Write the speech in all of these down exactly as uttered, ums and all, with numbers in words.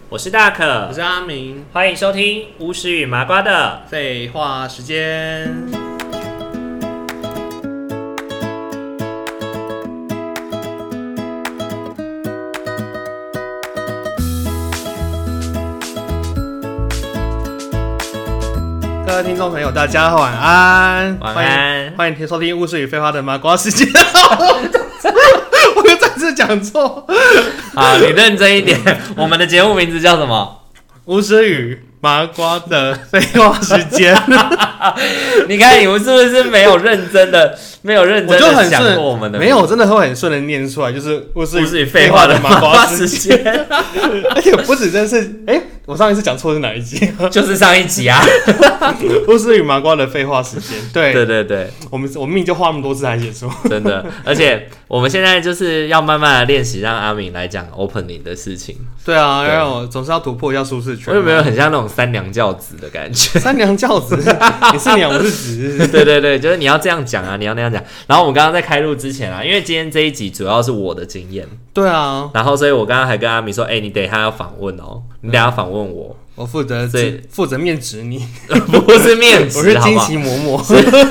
我是大可， 我是阿明， 欢迎收听巫师与麻瓜的废话时间。各位听众朋友，大家晚安， 晚安， 欢迎收听巫师与废话的麻瓜时间。我又再次讲错。 好，你认真一点。我们的节目名字叫什么？ 巫师与麻瓜的废话时间。 你看，你们是不是没有认真的，没有认真的想过我们的？ 没有，真的会很顺的念出来，就是巫师与废话的麻瓜时间。 而且不止这是，哎、欸，我上一次讲错是哪一集？ 就是上一集啊。 巫师与麻瓜的废话时间。对对对对， 我们我明明就画那么多次才写出， 真的。而且我们现在就是要慢慢的练习，让阿明来讲 opening 的事情。 对啊，然后总是要突破一下舒适圈。 我有没有很像那种三娘教子的感觉？ 三娘教子，你是娘，我是子。 对对对，就是你要这样讲啊，你要那样讲。然后我们刚刚在开录之前啊，因为今天这一集主要是我的经验。 对啊。 然后所以我刚刚还跟阿明说，哎、欸，你等一下要访问哦，你等一下访问我。 我负责负责面指你， 不是面指， 我是惊奇嬷嬷。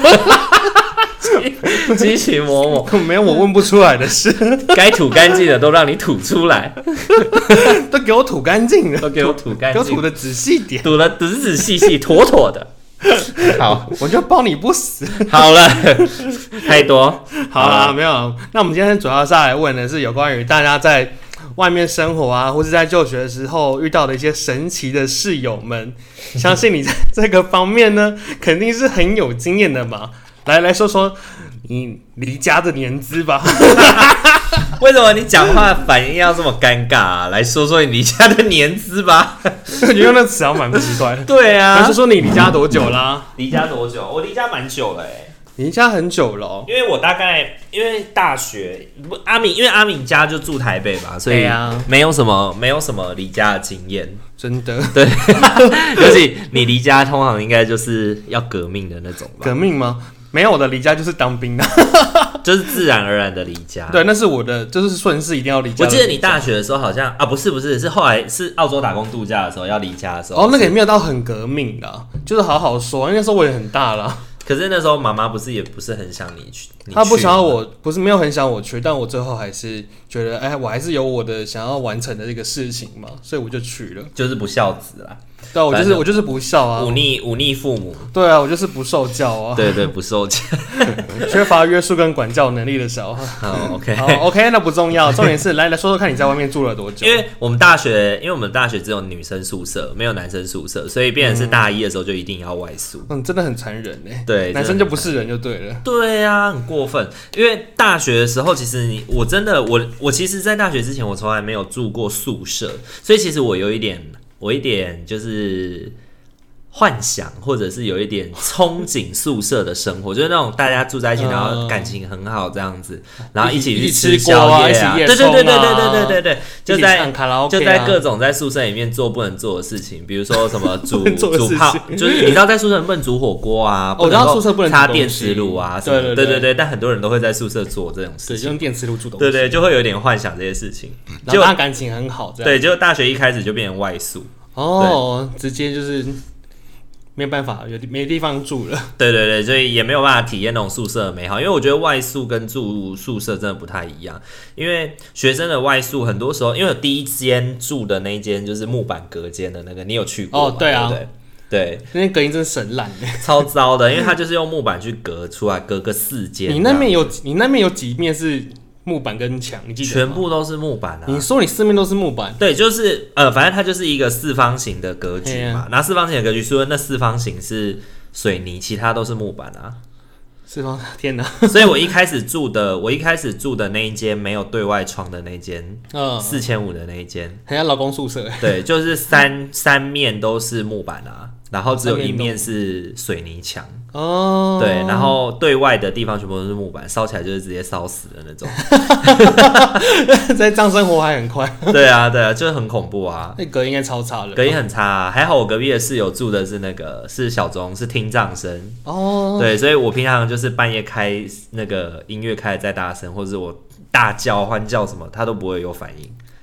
激情嬷嬷， 没有我问不出来的事， 该吐干净的都让你吐出来， 都给我吐干净了， 都给我吐干净， 给我吐的仔细点， 吐的仔仔细细、妥妥的。好， 我就包你不死。 好了，太多。 好啦，没有。那我们今天主要是来问的是有关于大家在外面生活啊，或是在就学的时候遇到的一些神奇的室友们。相信你在这个方面呢，肯定是很有经验的嘛。来来说说你离家的年资吧。 为什么你讲话反应要这么尴尬啊？来说说你离家的年资吧。 我觉得用那词好像蛮奇怪的。 对啊， 来说说你离家多久啦？ 离家多久？我离家蛮久了哎。 离家很久了、喔， 因为我大概因为大学阿敏，因为阿敏家就住台北嘛，所以没有什么没有什么离家的经验。 真的， 对，尤其你离家通常应该就是要革命的那种吧？ 革命吗？没有，我的离家就是当兵的， 就是自然而然的离家。 对，那是我的，就是顺势一定要离家。 我记得你大学的时候好像啊，不是不是，是后来是澳洲打工度假的时候要离家的时候。 哦，那个也没有到很革命的，就是好好说，因为那时候我也很大了。 可是那时候妈妈不是也不是很想你去，你去她不想要我，不是没有很想我去，但我最后还是觉得，哎、欸，我还是有我的想要完成的这个事情嘛，所以我就去了。 就是不孝子啦。 对，我就是我就是不孝啊， 忤逆忤逆父母。 对啊，我就是不受教啊。 对对，不受教， 缺乏约束跟管教能力的小孩。 好 ，OK， 好 OK， 那不重要，重点是来来说说看你在外面住了多久。 因为我们大学，因为我们大学只有女生宿舍，没有男生宿舍，所以变成是大一的时候就一定要外宿。 嗯，真的很残忍哎。 对， 男生就不是人就对了。 对啊，很过分。因为大学的时候，其实你我真的我我其实，在大学之前我从来没有住过宿舍，所以其实我有一点，我一点就是幻想，或者是有一点憧憬宿舍的生活，就是那种大家住在一起，然后感情很好这样子，然后一起去吃宵夜啊，对对对对对对对对对，就在就在各种在宿舍里面做不能做的事情，比如说什么煮煮泡，就是你知道在宿舍不能煮火锅啊， 我知道宿舍不能插电磁炉啊， 对对对对对，但很多人都会在宿舍做这种事情， 用电磁炉煮东西， 对对，就会有点幻想这些事情， 然后大家感情很好，这样对，就大学一开始就变成外宿， 哦，直接就是。没有办法，有没地方住了。 对对对，所以也没有办法体验那种宿舍的美好。因为我觉得外宿跟住宿舍真的不太一样。因为学生的外宿很多时候，因为我第一间住的那一间就是木板隔间的那个，你有去过吗？ 哦，对啊， 对对， 那间隔音真是神烂的， 超糟的，因为它就是用木板去隔出来，隔个四间。 你那边有你那边有几面是？木板跟墙，你记得吗？ 全部都是木板啊！ 你说你四面都是木板？ 对，就是呃，反正它就是一个四方形的格局嘛。拿、啊、四方形的格局，所以那四方形是水泥，其他都是木板啊。 四方，天哪！ 所以我一开始住的，我一开始住的那一间没有对外窗的那一间，嗯，四千五的那一间， 很像劳工宿舍。 对，就是三三面都是木板啊，然后只有一面是水泥墙。哦，对，然后对外的地方全部都是木板，烧起来就是直接烧死的那种。 在这样生活还很快。 对啊，对啊，就是很恐怖啊。 那隔音应该超差的。 隔音很差啊，还好我隔壁的室友住的是那个是小钟，是听障声。哦，对，所以我平常就是半夜开那个音乐开得再大声，或者是我大叫欢叫什么，他都不会有反应。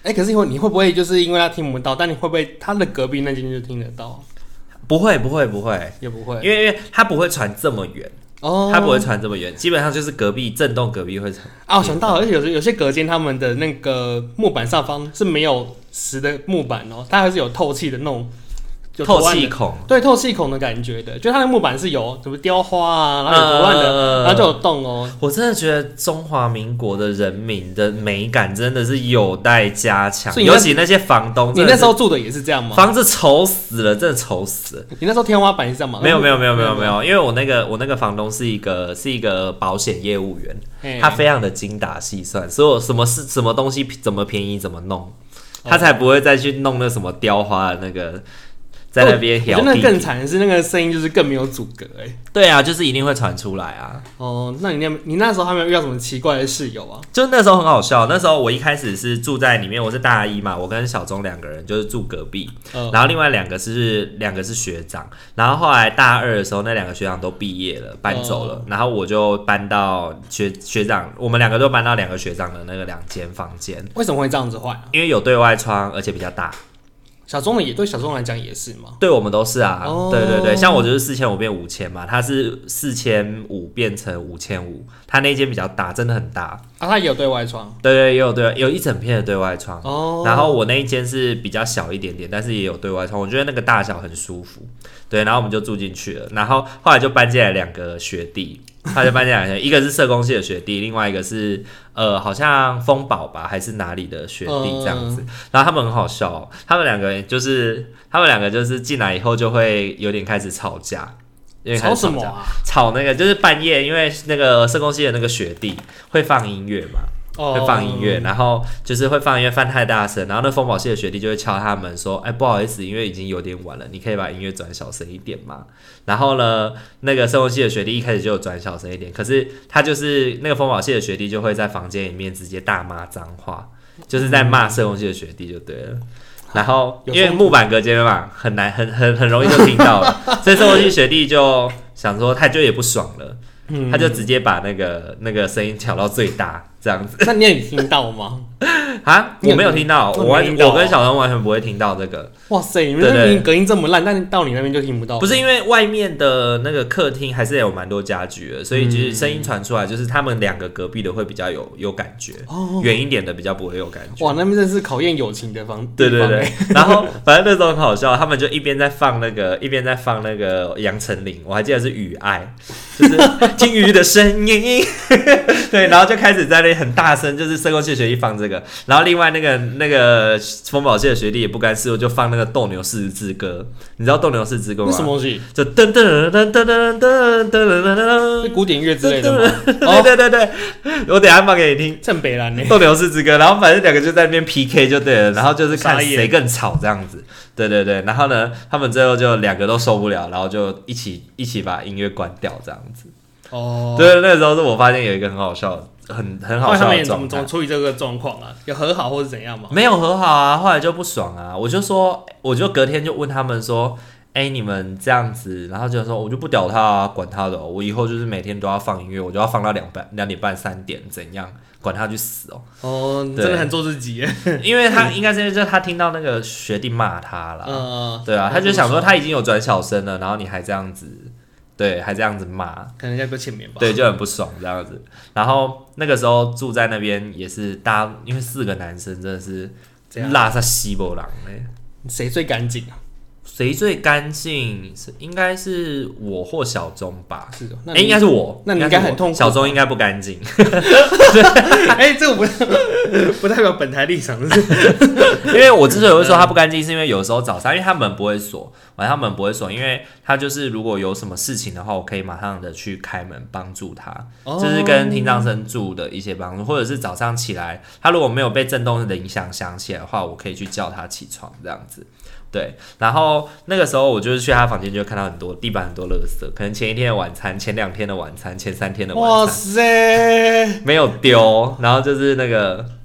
哎、欸，可是你会不会就是因为他听不到，但你会不会他的隔壁那间就听得到？ 不会，不会，不会， 也不会， 因为因为他不会传这么远。哦，它不会传这么远，基本上就是隔壁震动，隔壁会传。 啊，我想到了，而且有些有些隔间他们的那个木板上方是没有实的木板哦，它还是有透气的那种。 透气孔， 对透气孔的感觉的，就它的木板是有什么雕花啊，然后有图案的，呃、然后就有洞哦。 我真的觉得中华民国的人民的美感真的是有待加强，尤其那些房东。 你那时候住的也是这样吗？ 房子丑死了，真的丑死了。 你那时候天花板是这样吗？ 没有没有没有没有没有，因为我那个我那个房东是一个是一个保险业务员，他非常的精打细算，所有什么是什么东西怎么便宜怎么弄，他才不会再去弄那什么雕花的那个。在那边摇， 我觉得那更惨的是那个声音就是更没有阻隔哎、欸。 对啊，就是一定会传出来啊。 哦，那你那你那时候还没有遇到什么奇怪的室友啊？ 就那时候很好笑，那时候我一开始是住在里面，我是大一嘛，我跟小钟两个人就是住隔壁，呃、然后另外两个是两个是学长，然后后来大二的时候那两个学长都毕业了，搬走了，呃、然后我就搬到学学长，我们两个都搬到两个学长的那个两间房间。 为什么会这样子换、啊？ 因为有对外窗，而且比较大。 小钟的也对小钟来讲也是嘛， 对我们都是啊，哦、对对对，像我就是四千五变五千嘛，他是四千五变成五千五，他那间比较大，真的很大啊，他也有对外窗， 对对，也有对，有一整片的对外窗，哦，然后我那一间是比较小一点点，但是也有对外窗，我觉得那个大小很舒服，对，然后我们就住进去了，然后后来就搬进来两个学弟。他就搬进来，一个是社工系的学弟，另外一个是呃，好像丰宝吧，还是哪里的学弟这样子。嗯、然后他们很好笑、哦，他们两个就是他们两个就是进来以后就会有点开始吵架，有点开始吵架。吵什么啊？吵那个就是半夜，因为那个社工系的那个学弟会放音乐嘛。会放音乐，然后就是会放音乐放太大声，然后那丰宝系的学弟就会敲他们说：“哎，不好意思，因为已经有点晚了，你可以把音乐转小声一点吗？”然后呢，那个生物系的学弟一开始就有转小声一点，可是他就是那个丰宝系的学弟就会在房间里面直接大骂脏话，就是在骂社工系的学弟就对了。然后因为木板隔间嘛，很难很很很容易就听到了，所以社工系学弟就想说他就也不爽了。嗯、他就直接把那个那个声音调到最大，这样子。 那你有听到吗？ 啊，我没有听到，我完我跟小龙完全不会听到这个。 哇塞，你们那边隔音这么烂，但到你那边就听不到。 不是因为外面的那个客厅还是有蛮多家具的，所以其实声音传出来，就是他们两个隔壁的会比较有有感觉，远、哦、一点的比较不会有感觉。 哇，那边真是考验友情的方。 对对对。然后反正那时候很好笑，他们就一边在放那个一边在放那个杨丞琳，我还记得是《雨爱》，就是听雨的声音。对，然后就开始在那里很大声，就是社工系的学弟放这个，然后另外那个那个丰宝系的学弟也不甘示弱，就放那个斗牛士之歌。你知道斗牛士之歌吗？ 是什么东西？ 就噔噔噔噔噔噔噔噔噔， 是古典乐之类的吗？ 对对对对，我等一下放给你听。 正北蓝呢？ 斗牛士之歌，然后反正两个就在那边 P K 就对了，然后就是看谁更吵这样子。对对对，然后呢，他们最后就两个都受不了，然后就一起一起把音乐关掉这样子。哦，对，那个时候是我发现有一个很好笑的。很很好笑的状态。 怎么怎么处理这个状况啊？有和好或是怎样吗？ 没有和好啊，后来就不爽啊。我就说，我就隔天就问他们说：“哎、欸，你们这样子？”然后就说：“我就不屌他啊，管他的、哦，我以后就是每天都要放音乐，我就要放到两半两点半三点，怎样？管他去死哦！” 哦，真的很做自己耶。 因为他应该是就是他听到那个学弟骂他了，嗯，对啊，他就想说他已经有转小声了，然后你还这样子。对，还这样子骂， 可能要个欠扁吧。 对，就很不爽这样子。然后那个时候住在那边也是大家，因为四个男生真的是拉萨西伯朗嘞。 谁最干净啊？ 谁最干净？应该是我或小钟吧？ 是的， 哎、欸，应该是我。 那你应该很痛苦。 小钟应该不干净。 哎、欸，这个不不代表本台立场， 因为我之所以会说他不干净，是因为有时候早上，因为他门不会锁，晚上门不会锁，因为他就是如果有什么事情的话，我可以马上的去开门帮助他，哦、就是跟听障生住的一些帮助，或者是早上起来，他如果没有被震动的影响想起来的话，我可以去叫他起床这样子。对，然后那个时候我就是去他房间，就看到很多地板很多垃圾，可能前一天的晚餐、前两天的晚餐、前三天的晚餐，哇塞，没有丢，然后就是那个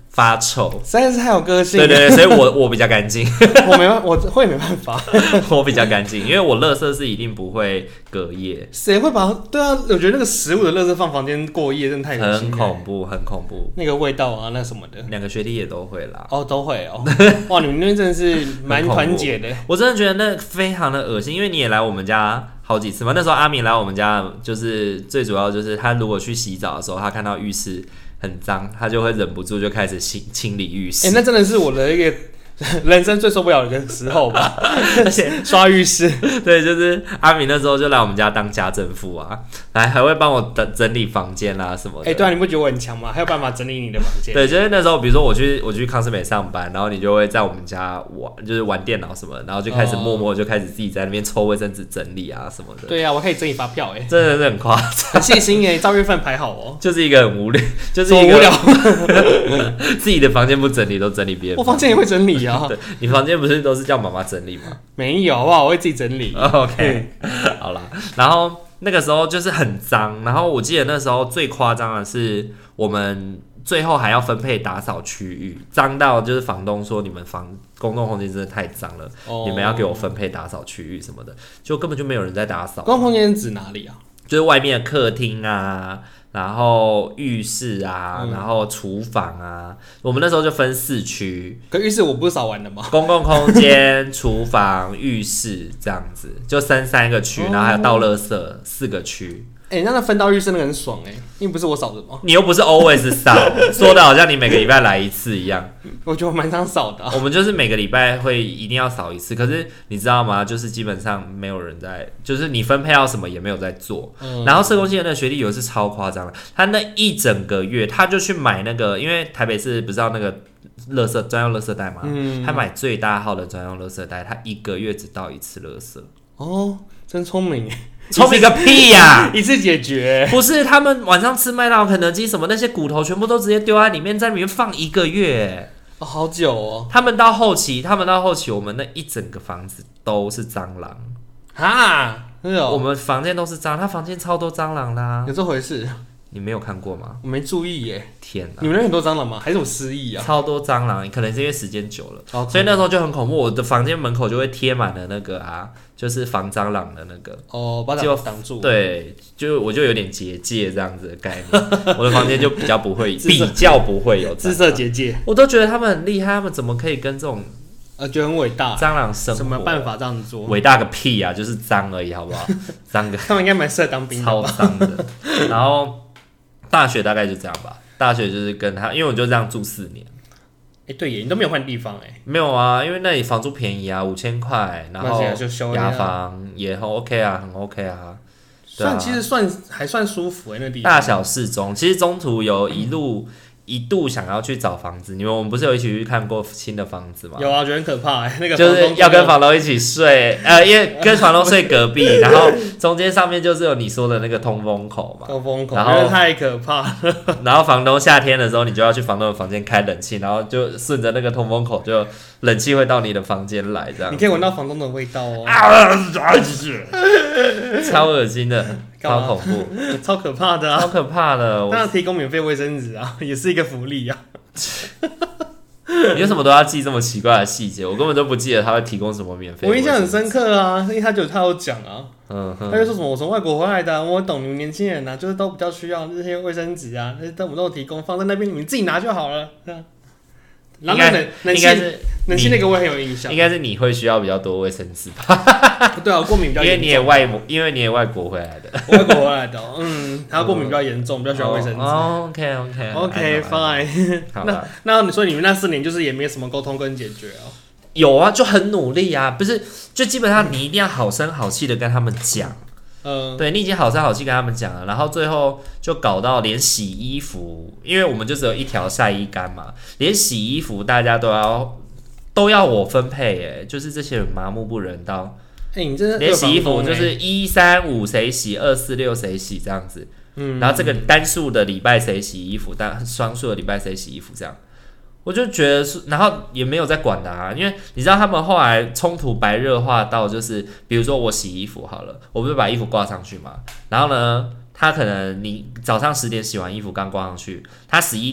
发臭。 实在是太有个性了。 对对对，所以我我比较干净， 我没我会没办法， 我比较干净，因为我垃圾是一定不会隔夜。 谁会把？对啊，我觉得那个食物的垃圾放房间过夜真的太恶心了， 很恐怖，很恐怖。 那个味道啊，那什么的， 两个学弟也都会啦。 哦，都会哦。哇，你们那边真的是蛮团结的。 我真的觉得那非常的恶心，因为你也来我们家好几次嘛。那时候阿明来我们家，就是最主要就是他如果去洗澡的时候，他看到浴室很脏，他就会忍不住就开始清清理浴室。 哎、欸，那真的是我的一个人生最受不了的一个时候吧。而且刷浴室， 对，就是阿明那时候就来我们家当家政妇啊，来还会帮我整理房间啦什么的。 哎、欸，对啊，你不觉得我很强吗？还有办法整理你的房间？ 对，就是那时候，比如说我去我去康斯美上班，然后你就会在我们家玩，就是玩电脑什么的，然后就开始默默就开始自己在那边抽卫生纸整理啊什么的。 对啊，我可以整理发票哎、欸， 真的是很夸张， 很细心哎，照月份排好哦。 就是一个很无聊，就是一个无聊， 自己的房间不整理都整理别人。 我房间也会整理啊。 对，你房间不是都是叫妈妈整理吗？ 没有，好不好？我会自己整理。 OK， 好啦，然后那个时候就是很脏，然后我记得那时候最夸张的是我们最后还要分配打扫区域，脏到就是房东说你们房公共空间真的太脏了，哦、你们要给我分配打扫区域什么的，就根本就没有人在打扫。 公共空间指哪里啊？ 就是外面的客厅啊。然后浴室啊，嗯、然后厨房啊，我们那时候就分四区。 可浴室我不是扫完了吗？ 公共空间、厨房、浴室这样子，就分三个区，哦、然后还有倒垃圾四个区。 哎、欸，那那分到浴室那个很爽哎、欸，因为不是我扫的吗？ 你又不是 always 扫，说的好像你每个礼拜来一次一样。 我觉得我蛮常扫的、啊。 我们就是每个礼拜会一定要扫一次，可是你知道吗？就是基本上没有人在，就是你分配到什么也没有在做。嗯、然后社工系的那个学弟有一次超夸张的，他那一整个月他就去买那个，因为台北市不是要那个垃圾专用垃圾袋嘛，嗯、他买最大号的专用垃圾袋，他一个月只倒一次垃圾。 哦，真聪明。 聪明个屁呀、啊！ 一次解决， 不是他们晚上吃麦当劳、肯德基什么那些骨头，全部都直接丢在里面，在里面放一个月， 哦，好久哦。 他们到后期，他们到后期，我们那一整个房子都是蟑螂啊！是哦， 我们房间都是蟑螂，他房间超多蟑螂啦， 有这回事？ 你没有看过吗？ 我没注意耶。 天哪！ 你们那很多蟑螂吗？还是我失忆啊？ 超多蟑螂，可能是因为时间久了， 哦、 所以那时候就很恐怖。我的房间门口就会贴满了那个啊，就是防蟑螂的那个哦，把它挡住。 对，就我就有点结界这样子的概念，我的房间就比较不会，比较不会有自设结界。 我都觉得他们很厉害，他们怎么可以跟这种呃，觉得很伟大， 蟑螂生活？ 什么办法这样做？ 伟大个屁啊！就是脏而已，好不好？脏个， 他们应该蛮适合当兵的， 超脏的。然后大学大概就这样吧，大学就是跟他，因为我就这样住四年。 哎、欸，对耶，你都没有换地方哎？ 没有啊，因为那里房租便宜啊，五千块，然后雅房也很 OK 啊，很 OK 啊。 算、啊、其实算还算舒服哎，那地方大小适中。其实中途有一路。嗯一度想要去找房子，你们我们不是有一起去看过新的房子吗？ 有啊，觉得很可怕哎、欸，那个就是要跟房东一起睡，呃，因为跟房东睡隔壁，然后中间上面就是有你说的那个通风口嘛， 通风口， 然后太可怕了。 然后房东夏天的时候，你就要去房东的房间开冷气，然后就顺着那个通风口，就冷气会到你的房间来，这样你可以闻到房东的味道哦， 超恶心的。超恐怖， 超可怕的啊！ 超可怕的。 那提供免费卫生纸啊，也是一个福利啊。 你为什么都要记这么奇怪的细节？我根本都不记得他会提供什么免费。 我印象很深刻啊，因为他就他有讲啊， 嗯哼， 他就说什么我从外国回来的、啊，我懂你们年轻人啊，就是都比较需要这些卫生纸啊，那些我们都有提供，放在那边你们自己拿就好了。然后冷冷气冷气那个我也很有印象， 应该是你会需要比较多卫生纸吧？ 对啊，过敏比较严重， 因为你也外因为你也外国回来的， 我外国回来的、哦，嗯，他过敏比较严重，比较需要卫生纸。 哦 ，OK OK OK fine。那那你说你们那四年就是也没什么沟通跟解决哦？ 有啊，就很努力啊，不是，就基本上你一定要好声好气的跟他们讲。嗯，对，你已经好声好气跟他们讲了，然后最后就搞到连洗衣服，因为我们就只有一条晒衣杆嘛，连洗衣服大家都要都要我分配，哎，就是这些人麻木不仁到， 哎、欸，你真的连洗衣服就是一三五谁洗，二四六谁洗这样子，嗯，然后这个单数的礼拜谁洗衣服，但双数的礼拜谁洗衣服这样。我就觉得是，然后也没有在管的啊，因为你知道他们后来冲突白热化到就是，比如说我洗衣服好了，我不是把衣服挂上去嘛，然后呢，他可能你早上十点洗完衣服刚挂上去，他十一点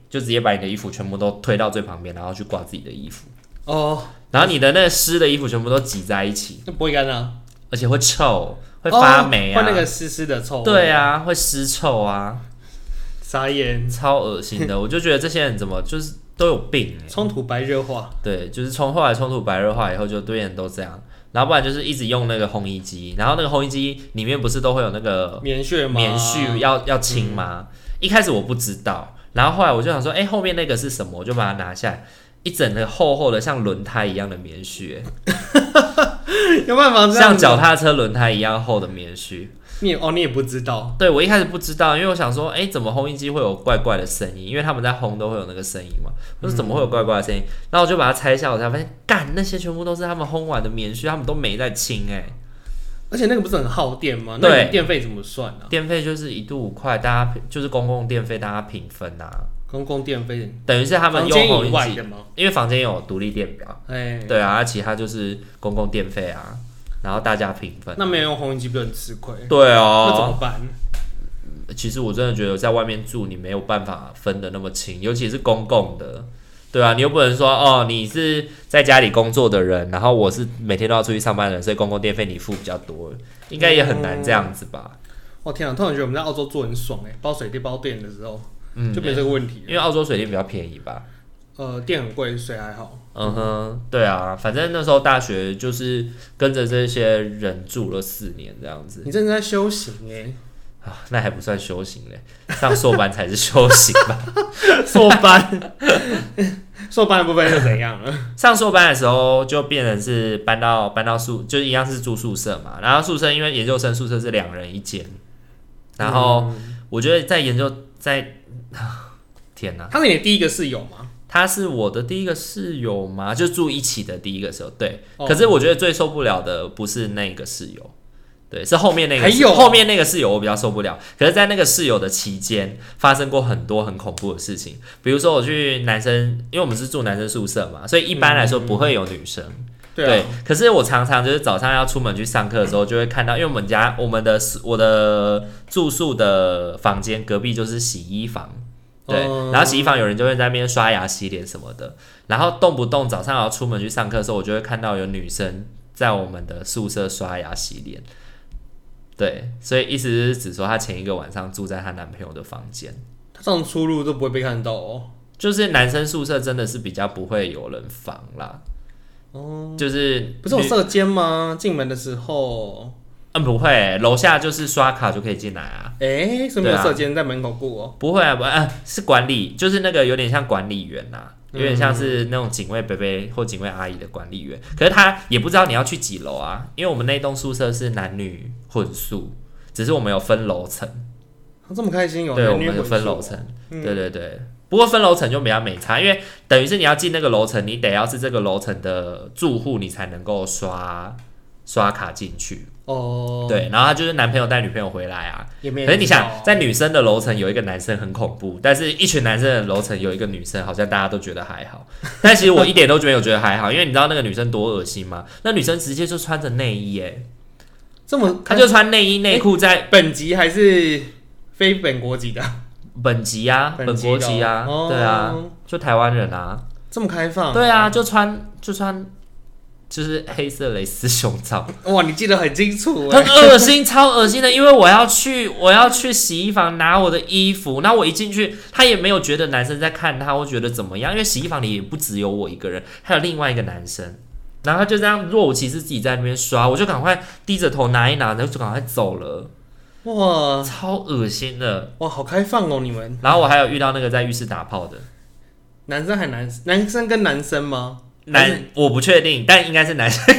就直接把你的衣服全部都推到最旁边，然后去挂自己的衣服。 哦， 然后你的那个湿的衣服全部都挤在一起， 那不会干啊， 而且会臭，会发霉啊， 哦、会那个湿湿的臭。 对啊，会湿臭啊， 傻眼， 超恶心的。我就觉得这些人怎么就是都有病哎、欸。 冲突白热化， 对，就是从后来冲突白热化以后，就对人都这样。然后不然就是一直用那个烘衣机，然后那个烘衣机里面不是都会有那个棉絮吗？ 棉絮要要清吗、嗯？一开始我不知道，然后后来我就想说，哎、欸，后面那个是什么？我就把它拿下来。一整个厚厚的像轮胎一样的棉絮、欸， 有办法这样子？ 像脚踏车轮胎一样厚的棉絮。 你哦，你也不知道？ 对，我一开始不知道，因为我想说，哎、欸，怎么烘衣机会有怪怪的声音？因为他们在烘都会有那个声音嘛。我说怎么会有怪怪的声音？嗯、然后我就把它拆下，我才发现，干那些全部都是他们烘完的棉絮，他们都没在清哎、欸。 而且那个不是很耗电吗？那你电费怎么算啊？ 电费就是一度五块，大家就是公共电费，大家平分啊。 公共电费等于是他们用烘衣机， 吗？ 因为房间有独立电表，哎，对啊，其他就是公共电费啊，然后大家平分。 那没有用烘衣机不是很吃亏？ 对哦， 那怎么办？ 其实我真的觉得在外面住，你没有办法分得那么清，尤其是公共的。对啊，你又不能说哦，你是在家里工作的人，然后我是每天都要出去上班的人，所以公共电费你付比较多，应该也很难这样子吧？ 我、嗯哦、天啊，突然觉得我们在澳洲住很爽哎，包水电包电的时候。嗯，就没这个问题， 因为澳洲水电比较便宜吧。 呃，电很贵，水还好。 嗯哼，对啊，反正那时候大学就是跟着这些人住了四年这样子。 你真的在修行哎、 啊，那还不算修行嘞，上硕班才是修行吧？ 硕班，硕班的部分又怎样了？ 上硕班的时候就变成是搬到搬到宿，就是一样是住宿舍嘛。然后宿舍因为研究生宿舍是两人一间，然后我觉得在研究在。天哪！ 他是你的第一个室友吗？ 他是我的第一个室友吗？就住一起的第一个室友，对。哦、可是我觉得最受不了的不是那个室友，对，是后面那个。 还有后面那个室友我比较受不了。可是，在那个室友的期间，发生过很多很恐怖的事情。比如说，我去男生，因为我们是住男生宿舍嘛，所以一般来说不会有女生。嗯对, 对，可是我常常就是早上要出门去上课的时候，就会看到，因为我们家我们的我的住宿的房间隔壁就是洗衣房，对，嗯、然后洗衣房有人就会在那边刷牙、洗脸什么的，然后动不动早上要出门去上课的时候，我就会看到有女生在我们的宿舍刷牙、洗脸，对，所以意思是指说她前一个晚上住在她男朋友的房间， 她这种出入都不会被看到哦， 就是男生宿舍真的是比较不会有人防啦。哦，就是不是有舍监吗？进门的时候， 嗯，不会，楼下就是刷卡就可以进来啊。 哎、欸，是没有舍监在门口顾哦、喔？ 不会啊，不啊，是管理，就是那个有点像管理员呐、啊，有点像是那种警卫伯伯或警卫阿姨的管理员。可是他也不知道你要去几楼啊，因为我们那栋宿舍是男女混宿，只是我们有分楼层。 这么开心有、喔？ 对，我们有分楼层、嗯。对对对。不过分楼层就比较没差，因为等于是你要进那个楼层，你得要是这个楼层的住户，你才能够刷刷卡进去。哦，对，然后他就是男朋友带女朋友回来啊。也没。可是你想，在女生的楼层有一个男生很恐怖，但是一群男生的楼层有一个女生，好像大家都觉得还好。但其实我一点都没有觉得还好，因为你知道那个女生多恶心吗？那女生直接就穿着内衣、欸，哎， 这么， 她就穿内衣内裤在、 欸、本籍还是非本国籍的？ 本籍啊，本国籍啊、哦，对啊，就台湾人啊， 这么开放？ 对啊，就穿就穿，就是黑色蕾丝胸罩。 哇，你记得很清楚， 很恶心，超恶心的。因为我要去，我要去洗衣房拿我的衣服，然后我一进去，他也没有觉得男生在看他，我觉得怎么样？因为洗衣房里也不只有我一个人，还有另外一个男生。然后他就这样若无其事自己在那边刷，我就赶快低着头拿一拿，然后就赶快走了。哇，超恶心的！ 哇，好开放哦，你们。 然后我还有遇到那个在浴室打炮的， 男生还男男生跟男生吗？ 男我不确定，但应该是男生。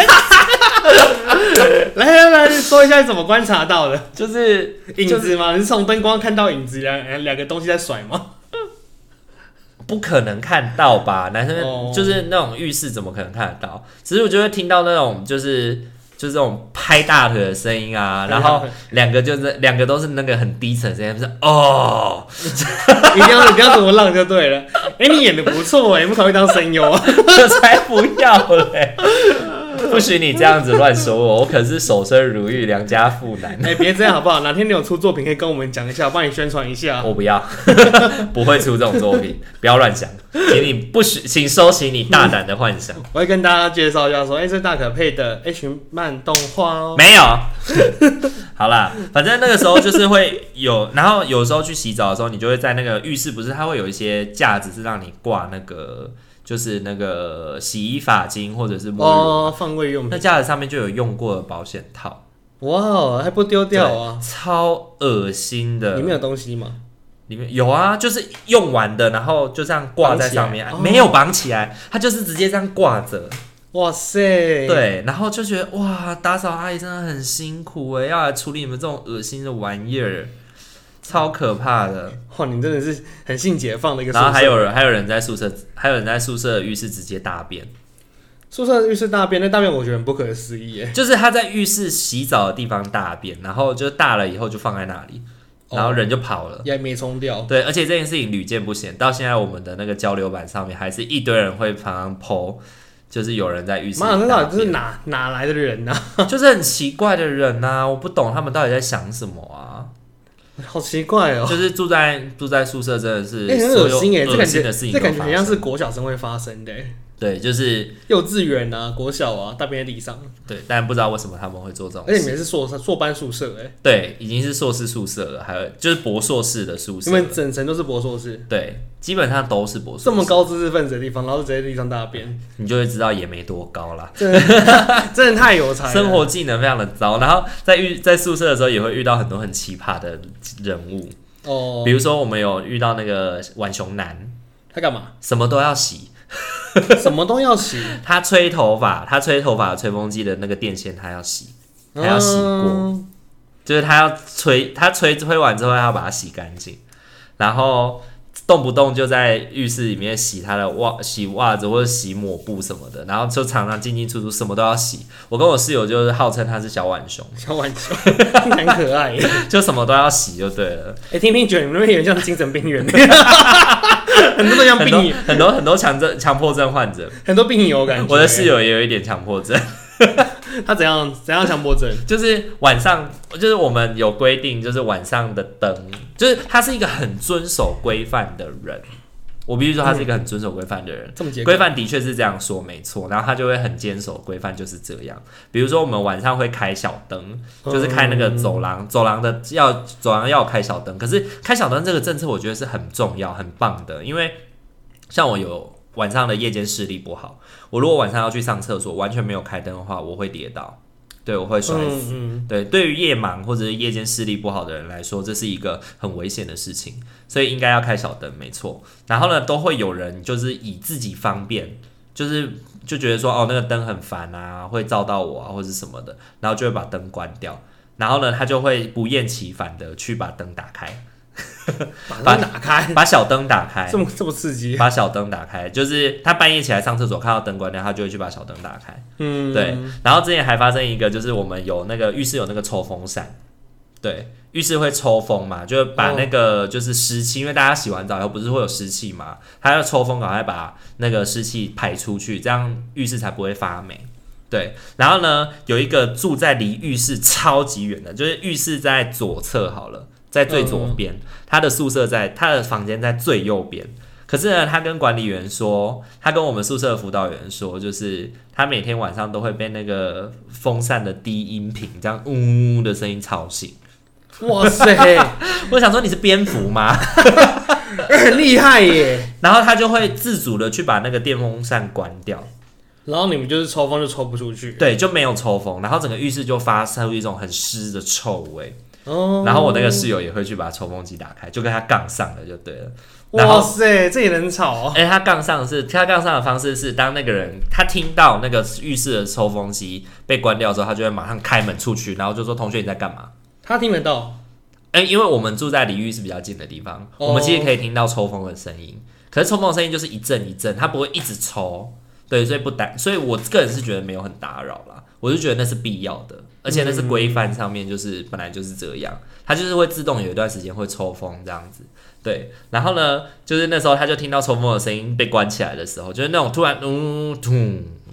来来来，说一下怎么观察到的， 就是影子吗？你是从灯光看到影子，两两个东西在甩吗？ 不可能看到吧？男生就是那种浴室，怎么可能看得到？只是我就会听到那种就是。就是这种拍大腿的声音啊，然后两个就是两个都是那个很低沉的声音，就是哦， 一定要你不要怎么浪就对了。哎、欸，你演的不错哎，有没有考虑当声优啊？ 我才不要嘞！ 不许你这样子乱说我，我可是守身如玉、良家妇男。 哎、欸，别这样好不好？哪天你有出作品可以跟我们讲一下，我帮你宣传一下。 我不要，不会出这种作品，不要乱想，请你不许，请收起你大胆的幻想。 我会跟大家介绍一下，说，哎、欸，这大可配的 H 漫动画哦。 没有。好啦，反正那个时候就是会有，然后有时候去洗澡的时候，你就会在那个浴室，不是它会有一些架子是让你挂那个。就是那个洗衣发精或者是沐浴乳哦，放卫用品， 那架子上面就有用过的保险套。 哇，还不丢掉啊？ 超恶心的。 里面有东西吗？ 里面有啊，就是用完的，然后就这样挂在上面，没有绑起来，它就是直接这样挂着。 哇塞！ 对，然后就觉得哇，打扫阿姨真的很辛苦哎，要来处理你们这种恶心的玩意儿。超可怕的！ 哇，你真的是很性解放的一个宿舍。然后还有人，还有人在宿舍，还有人在宿舍的浴室直接大便。 宿舍的浴室大便，那大便我觉得很不可思议耶。 就是他在浴室洗澡的地方大便，然后就大了以后就放在那里，然后人就跑了， 也没冲掉。 对，而且这件事情屡见不鲜，到现在我们的那个交流板上面还是一堆人会常常 po， 就是有人在浴室大便。 妈，那到底是哪哪来的人啊？ 就是很奇怪的人啊，我不懂他们到底在想什么啊。 好奇怪哦， 就是住在住在宿舍真的是哎、欸，很恶心哎，这感觉的事情这感觉很像是国小生会发生的。 对，就是幼稚园啊、国小啊，大便在地上。 对，但不知道为什么他们会做这种事。 而且你们是硕硕班宿舍哎。 对，已经是硕士宿舍了，还有就是博硕士的宿舍。 你们整层都是博硕士。 对，基本上都是博硕士。 这么高知识分子的地方，然后直接在地上大便， 你就会知道也没多高啦。 真的真的太有才了， 生活技能非常的糟。然后在遇在宿舍的时候，也会遇到很多很奇葩的人物。 哦， 比如说我们有遇到那个浣熊男， 他干嘛？ 什么都要洗。 什么都要洗， 他吹头发，他吹头发的吹风机的那个电线，他要洗，他要洗过，嗯、就是他要吹，他吹吹完之后，他要把它洗干净，然后动不动就在浴室里面洗他的袜、洗袜子或者洗抹布什么的，然后就常常进进出出，什么都要洗。我跟我室友就是号称他是小浣熊， 小浣熊很可爱， 就什么都要洗就对了。 哎、欸，听听觉得你们那边有点像精神病院。很多都像病友， 很多很多强症强迫症患者， 很多病友感觉。 我的室友也有一点强迫症。 他怎样怎样强迫症？ 就是晚上，就是我们有规定，就是晚上的灯，就是他是一个很遵守规范的人。我必须说，他是一个很遵守规范的人。 这么规范的确是这样说，没错。然后他就会很坚守规范，就是这样。比如说，我们晚上会开小灯，就是开那个走廊，走廊的要走廊要开小灯。可是开小灯这个政策，我觉得是很重要、很棒的，因为像我有晚上的夜间视力不好，我如果晚上要去上厕所，完全没有开灯的话，我会跌倒。对，我会摔死。嗯嗯、对，对于夜盲或者是夜间视力不好的人来说，这是一个很危险的事情，所以应该要开小灯，没错。然后呢，都会有人就是以自己方便，就是就觉得说哦，那个灯很烦啊，会照到我啊，或者什么的，然后就会把灯关掉。然后呢，他就会不厌其烦的去把灯打开。 把灯打开， 把小灯打开， 这么这么刺激。 把小灯打开，就是他半夜起来上厕所，看到灯关掉，他就会去把小灯打开。嗯，对。然后之前还发生一个，就是我们有那个浴室有那个抽风扇，对，浴室会抽风嘛，就把那个就是湿气，因为大家洗完澡以后不是会有湿气嘛，他要抽风，赶快把那个湿气排出去，这样浴室才不会发霉。对，然后呢，有一个住在离浴室超级远的，就是浴室在左侧好了。在最左边，他的宿舍在他的房间在最右边。可是呢，他跟管理员说，他跟我们宿舍的辅导员说，就是他每天晚上都会被那个风扇的低音频这样呜呜的声音吵醒。 哇塞！ 我想说你是蝙蝠吗？ 很厉害耶！ 然后他就会自主的去把那个电风扇关掉。 然后你们就是抽风就抽不出去， 对，就没有抽风，然后整个浴室就发出一种很湿的臭味。哦，然后我那个室友也会去把抽风机打开，就跟他杠上了就对了。 哇塞，这也能吵哦！ 哎，他杠上是他杠上的方式是，当那个人他听到那个浴室的抽风机被关掉之后，他就会马上开门出去，然后就说：“同学你在干嘛？” 他听得到。 哎，因为我们住在离浴室比较近的地方，哦、我们其实可以听到抽风的声音。可是抽风的声音就是一阵一阵，它不会一直抽。对，所以不打，所以我个人是觉得没有很打扰啦，我就觉得那是必要的，而且那是规范上面就是本来就是这样，它就是会自动有一段时间会抽风这样子，对，然后呢，就是那时候他就听到抽风的声音被关起来的时候，就是那种突然嗯突，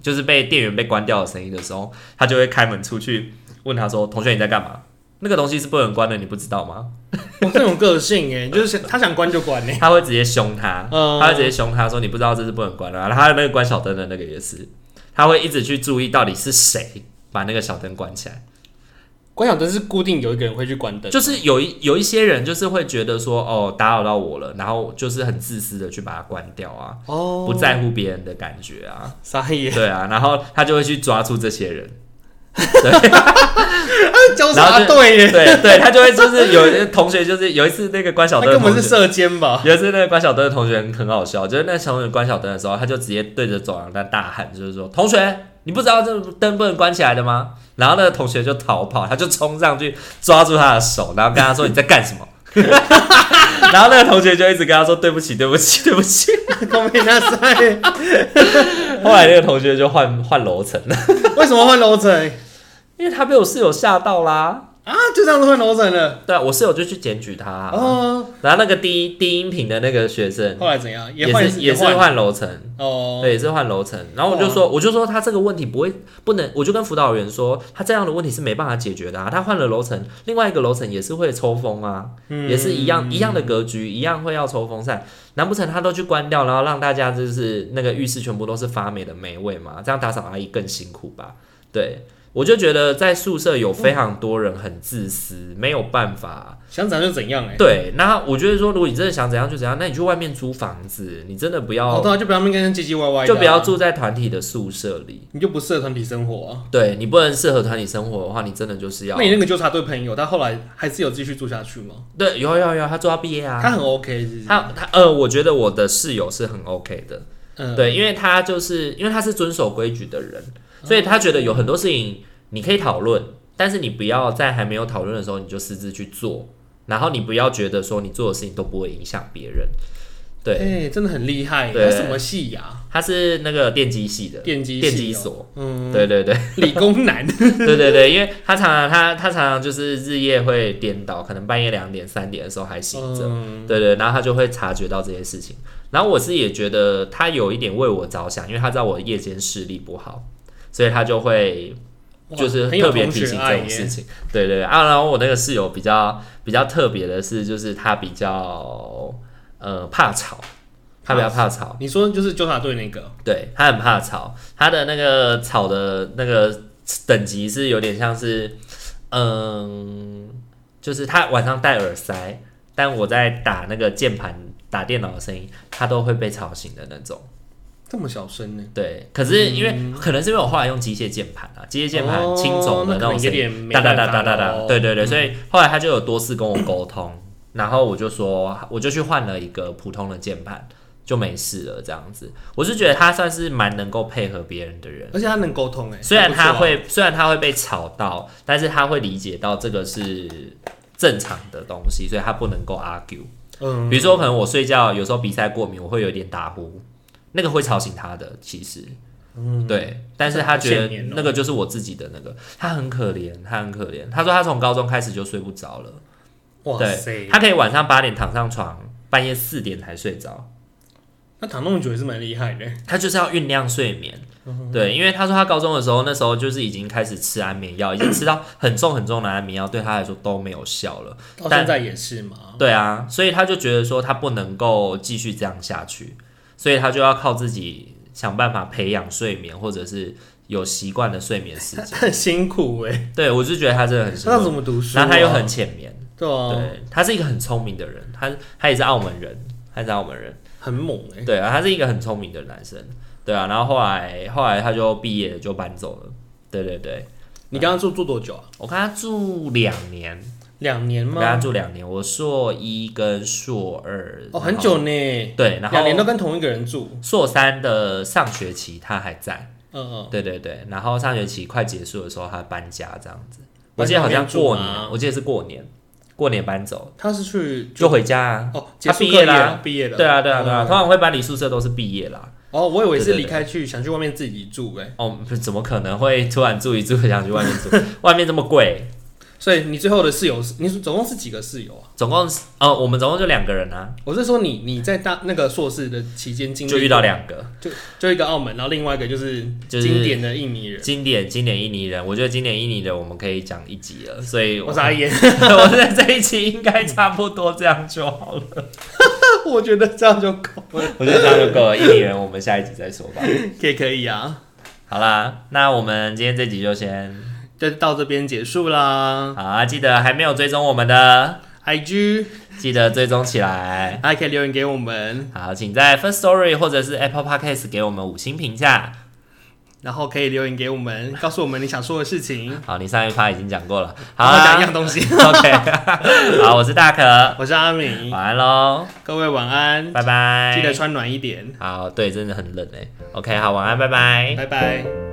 就是被店员被关掉的声音的时候，他就会开门出去问他说：“同学你在干嘛？那个东西是不能关的，你不知道吗？” 我这种个性哎，就是他想关就关哎， 他会直接凶他， 嗯、 他会直接凶他说：“你不知道这是不能关的、啊。”然后他那个关小灯的那个也是，他会一直去注意到底是谁把那个小灯关起来。 关小灯是固定有一个人会去关灯， 就是有一有一些人就是会觉得说哦打扰到我了，然后就是很自私的去把它关掉啊， 哦， 不在乎别人的感觉啊， 傻眼， 对啊，然后他就会去抓住这些人， 对，交叉队耶， 对对，他就会就是有同学就是有一次那个关小灯， 他根本是射箭吧？ 有一次那个关小灯的同学很好笑，就是那同学关小灯的时候，他就直接对着走廊在大喊，就是说同学。你不知道这灯不能关起来的吗？然后那个同学就逃跑，他就冲上去抓住他的手，然后跟他说：“你在干什么？”然后那个同学就一直跟他说：“对不起，对不起，对不起。” 公平大赛。 后来那个同学就换换楼层了。 为什么换楼层？ 因为他被我室友吓到啦。 啊，就这样子换楼层了。 对啊，我室友就去检举他、啊。 哦。 然后那个低低音频的那个学生， 后来怎样？ 也是也是换楼层。 哦。 对，也是换楼层。然后我就说，我就说他这个问题不会不能，我就跟辅导员说，他这样的问题是没办法解决的啊。他换了楼层，另外一个楼层也是会抽风啊，嗯、也是一样一样的格局，一样会要抽风扇。难不成他都去关掉，然后让大家就是那个浴室全部都是发霉的霉味吗？这样打扫阿姨更辛苦吧？对。我就觉得在宿舍有非常多人很自私，没有办法想怎样就怎样哎、欸。 对，那我觉得说，如果你真的想怎样就怎样，那你去外面租房子，你真的不要， 哦对啊，就不要跟人唧唧歪歪的、啊， 就不要住在团体的宿舍里， 你就不适合团体生活啊。 对你不能适合团体生活的话，你真的就是要。 那你那个纠察队朋友，他后来还是有继续住下去吗？ 对，有有有，他做到毕业啊， 他很 OK 是不是？ 他他呃，我觉得我的室友是很 OK 的，嗯，对，因为他就是因为他是遵守规矩的人，所以他觉得有很多事情。你可以讨论，但是你不要在还没有讨论的时候你就私自去做，然后你不要觉得说你做的事情都不会影响别人。对， 哎、欸，真的很厉害。他什么系呀、啊？ 他是那个电机系的， 电机电机所。 嗯， 对对对， 理工男。 对对对，因为他常常他他常常就是日夜会颠倒，可能半夜两点三点的时候还醒着。嗯、对对，然后他就会察觉到这些事情。然后我是也觉得他有一点为我着想，因为他知道我夜间视力不好，所以他就会。就是特别提醒这种事情，对对对啊。然后我那个室友比较比较特别的是，就是他比较呃怕吵，他比较怕吵。 你说就是纠察队那个？ 对，他很怕吵，他的那个吵的那个等级是有点像是，嗯，就是他晚上戴耳塞，但我在打那个键盘打电脑的声音，他都会被吵醒的那种。 这么小声呢？ 对，可是因为、嗯、可能是因为我后来用机械键盘啊，机械键盘轻重的那种声音，哒哒哒哒哒哒，对对对，嗯、所以后来他就有多次跟我沟通，然后我就说，我就去换了一个普通的键盘，就没事了这样子。我是觉得他算是蛮能够配合别人的人， 而且他能沟通哎， 虽然他会、啊、虽然他会被吵到，但是他会理解到这个是正常的东西，所以他不能够 argue。嗯，比如说可能我睡觉有时候比赛过敏，我会有点打呼。那个会吵醒他的，其实，嗯，对，但是他觉得那个就是我自己的那个，他很可怜，他很可怜。他说他从高中开始就睡不着了， 哇塞， 他可以晚上八点躺上床，半夜四点才睡着。 那躺那么久也是蛮厉害的。 他就是要酝酿睡眠，嗯、对，因为他说他高中的时候，那时候就是已经开始吃安眠药，已经吃到很重很重的安眠药，对他来说都没有效了。 到现在也是嘛？ 对啊，所以他就觉得说他不能够继续这样下去。所以他就要靠自己想办法培养睡眠，或者是有习惯的睡眠时间。 很辛苦哎、欸。 对，我是觉得他真的很辛苦。 那怎么读书、啊？ 然后他又很浅眠。 对啊。 对，他是一个很聪明的人，他他也是澳门人，他是澳门人， 很猛哎、欸。 对啊，他是一个很聪明的男生。对啊，然后后来后来他就毕业了，就搬走了。对对对。 你刚刚住住多久啊？ 我跟他住两年。 两年吗？ 跟他住两年，我硕一跟硕二哦，很久呢。 对，然后两年都跟同一个人住。 硕三的上学期他还在， 嗯嗯， 对对对，然后上学期快结束的时候他搬家这样子。我记得好像过年，我记得是过年，过年搬走。 他是去就回家啊？ 哦， 他毕业啦， 毕业了。 对啊对啊对啊，通常会搬离宿舍都是毕业啦。 哦，我以为是离开去想去外面自己住哎。 哦，怎么可能会突然住一住想去外面住？外面这么贵。 所以你最后的室友是，你总共是几个室友啊？ 总共是呃，我们总共就两个人啊。 我是说你你在大那个硕士的期间经历就遇到两个， 就就一个澳门，然后另外一个就是经典的印尼人， 经典经典印尼人。我觉得经典印尼人我们可以讲一集了，所以我傻眼， 我在这一期应该差不多这样就好了。 我觉得这样就够了， 我觉得这样就够了。印尼人我们下一集再说吧。 可以可以啊。 好啦，那我们今天这集就先就到这边结束啦。 好啊，记得还没有追踪我们的 I G， 记得追踪起来， 还可以留言给我们。 好，请在 First Story 或者是 Apple Podcast 给我们五星评价， 然后可以留言给我们，告诉我们你想说的事情。 好，你上一趴已经讲过了，好啊， 啊， 讲一样东西。 OK， 好，我是大可， 我是阿明， 晚安喽， 各位晚安， 拜拜， 记得穿暖一点。 好，对，真的很冷哎。OK， 好，晚安，拜拜， 拜拜。